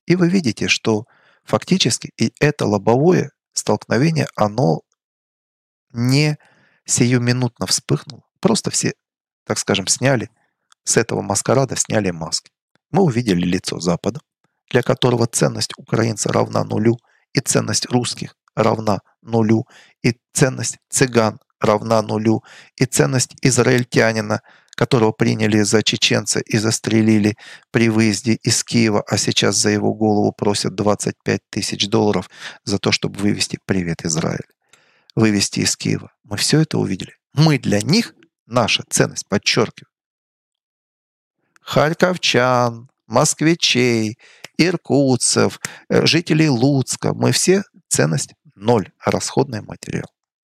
И вы видите, что фактически и это лобовое столкновение, оно не сиюминутно вспыхнуло. Просто все, так скажем, сняли с этого маскарада, сняли маски. Мы увидели лицо Запада, для которого ценность украинца равна нулю, и ценность русских равна нулю, и ценность цыган равна нулю, и ценность израильтянина, которого приняли за чеченца и застрелили при выезде из Киева, а сейчас за его голову просят $25 000 за то, чтобы вывести «Привет, Израиль», вывести из Киева. Мы все это увидели. Мы для них, наша ценность, подчеркиваю, харьковчан, москвичей, иркутцев, жителей Луцка, мы все ценность ноль, а расходный материал.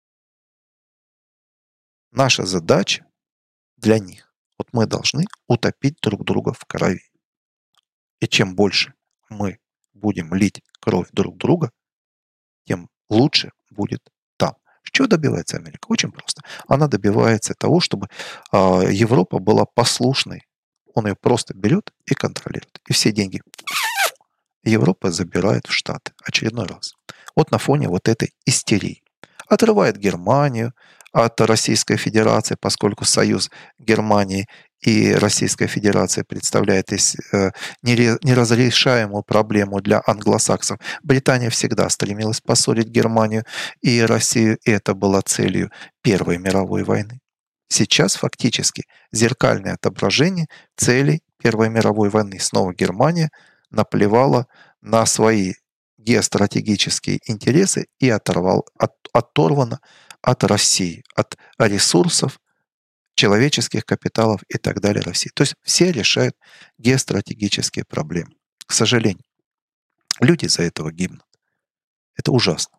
Наша задача для них, вот мы должны утопить друг друга в крови. И чем больше мы будем лить кровь друг друга, тем лучше будет там. Чего добивается Америка? Очень просто. Она добивается того, чтобы Европа была послушной. Он ее просто берет и контролирует. И все деньги Европа забирает в Штаты очередной раз. Вот на фоне вот этой истерии. Отрывает Германию от Российской Федерации, поскольку союз Германии и Российской Федерации представляет неразрешаемую проблему для англосаксов. Британия всегда стремилась поссорить Германию и Россию, и это было целью Первой мировой войны. Сейчас фактически зеркальное отображение целей Первой мировой войны. Снова Германия наплевала на свои геостратегические интересы и оторвана от России, от ресурсов, человеческих капиталов и так далее России. То есть все решают геостратегические проблемы. К сожалению, люди из-за этого гибнут. Это ужасно.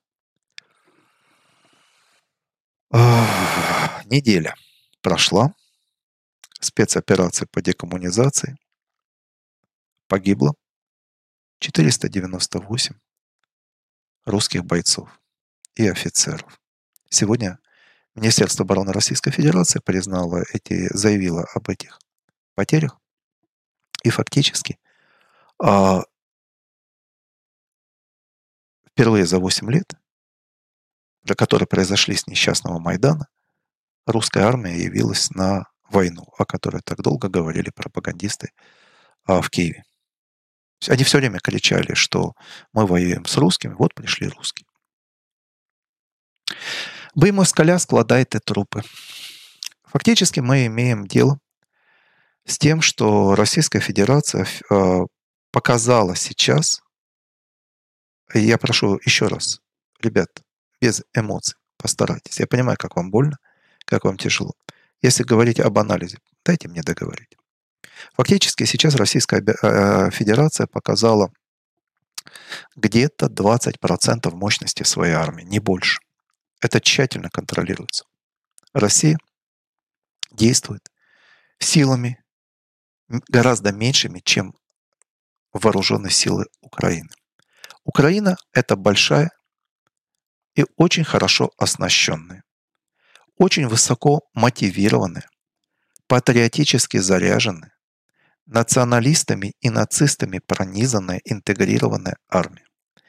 Неделя прошла. Спецоперация по декоммунизации. Погибло 498 русских бойцов и офицеров. Сегодня Министерство обороны Российской Федерации заявило об этих потерях. И фактически впервые за 8 лет, которые произошли с несчастного Майдана, русская армия явилась на войну, о которой так долго говорили пропагандисты в Киеве. Они все время кричали, что мы воюем с русскими, вот пришли русские. Бой москаля складает и трупы. Фактически мы имеем дело с тем, что Российская Федерация показала сейчас, и я прошу еще раз, ребят, без эмоций, постарайтесь. Я понимаю, как вам больно, как вам тяжело. Если говорить об анализе, дайте мне договорить. Фактически сейчас Российская Федерация показала где-то 20% мощности своей армии, не больше. Это тщательно контролируется. Россия действует силами гораздо меньшими, чем вооруженные силы Украины. Украина – это большая и очень хорошо оснащенная, очень высоко мотивированная, патриотически заряженная, националистами и нацистами пронизанная, интегрированная армия.